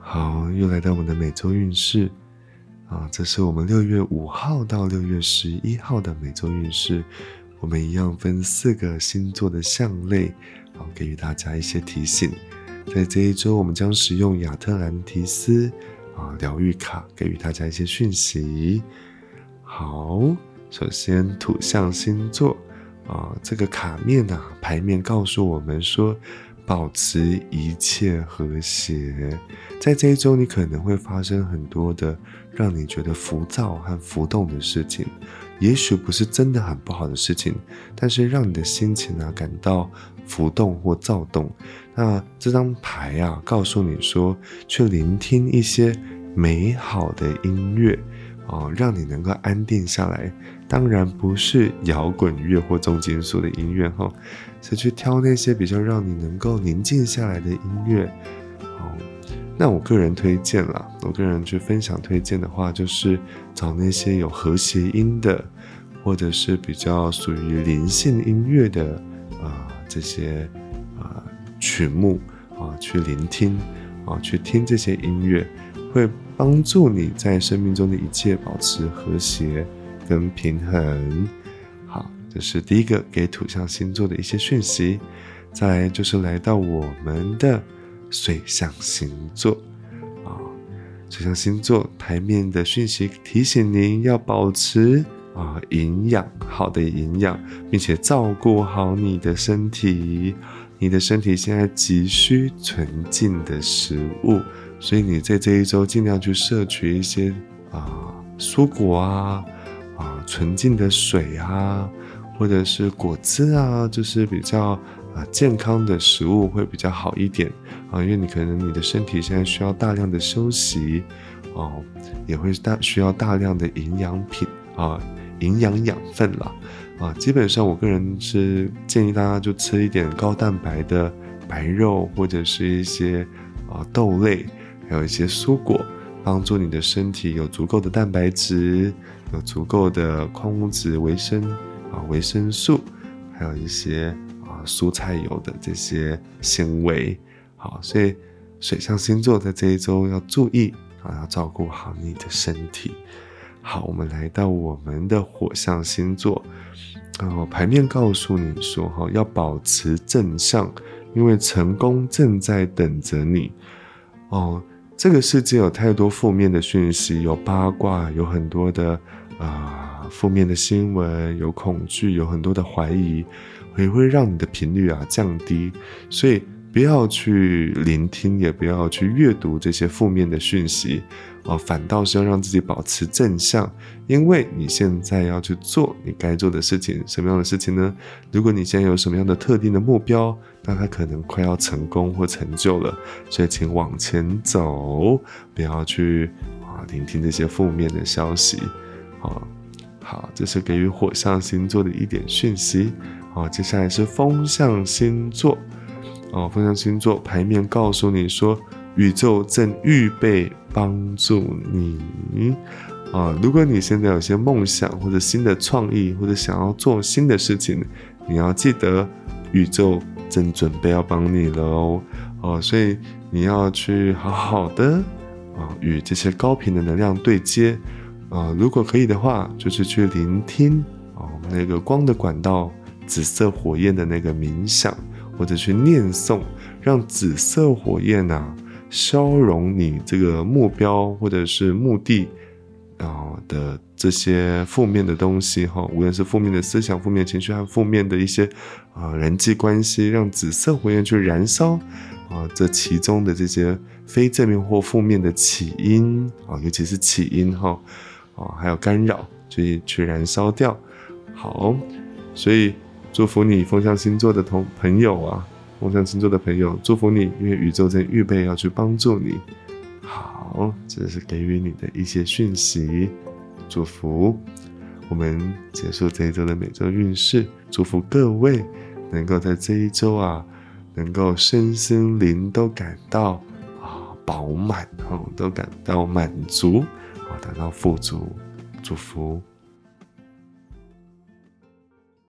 好，又来到我们的每周运势这是我们6月5号到6月11号的每周运势。我们一样分4个星座的相类，给予大家一些提醒。在这一周，我们将使用亚特兰提斯疗愈卡，给予大家一些讯息。好，首先土象星座这个卡面牌面告诉我们说，保持一切和谐。在这一周，你可能会发生很多的让你觉得浮躁和浮动的事情，也许不是真的很不好的事情，但是让你的心情感到浮动或躁动。那这张牌告诉你说，去聆听一些美好的音乐让你能够安定下来。当然不是摇滚乐或重金属的音乐是去挑那些比较让你能够宁静下来的音乐那我个人推荐啦，我个人去分享推荐的话，就是找那些有和谐音的，或者是比较属于灵性音乐的这些曲目去聆听去听这些音乐，会帮助你在生命中的一切保持和谐跟平衡。好，这是第一个给土象星座的一些讯息。再来就是来到我们的水象星座水象星座牌面的讯息提醒您要保持营养，好的营养，并且照顾好你的身体。你的身体现在急需纯净的食物，所以你在这一周尽量去摄取一些蔬果纯净的水或者是果汁就是比较健康的食物会比较好一点因为你可能你的身体现在需要大量的休息也会需要大量的营养品营养养分啦基本上我个人是建议大家就吃一点高蛋白的白肉，或者是一些豆类，还有一些蔬果，帮助你的身体有足够的蛋白质，有足够的矿物质、维生素，还有一些蔬菜油的这些纤维。好，所以水象星座在这一周要注意要照顾好你的身体。好，我们来到我们的火象星座牌面告诉你说要保持正向，因为成功正在等着你这个世界有太多负面的讯息，有八卦，有很多的负面的新闻，有恐惧，有很多的怀疑，也会让你的频率降低，所以不要去聆听，也不要去阅读这些负面的讯息反倒是要让自己保持正向，因为你现在要去做你该做的事情。什么样的事情呢？如果你现在有什么样的特定的目标，那它可能快要成功或成就了，所以请往前走，不要去聆听这些负面的消息好，这是给予火象星座的一点讯息接下来是风象星座风象星座牌面告诉你说，宇宙正预备帮助你如果你现在有些梦想或者新的创意，或者想要做新的事情，你要记得宇宙正准备要帮你了所以你要去好好的与这些高频的能量对接如果可以的话，就是去聆听那个光的管道紫色火焰的那个冥想，或者去念诵，让紫色火焰消融你这个目标或者是目的的这些负面的东西无论是负面的思想、负面的情绪和负面的一些人际关系，让紫色火焰去燃烧这其中的这些非正面或负面的起因尤其是起因还有干扰去燃烧掉。好，所以祝福你风象星座的朋友风象星座的朋友，祝福你，因为宇宙正预备要去帮助你。好，这是给予你的一些讯息，祝福。我们结束这一周的每周运势，祝福各位能够在这一周能够身心灵都感到饱满都感到满足，感到富足，祝福。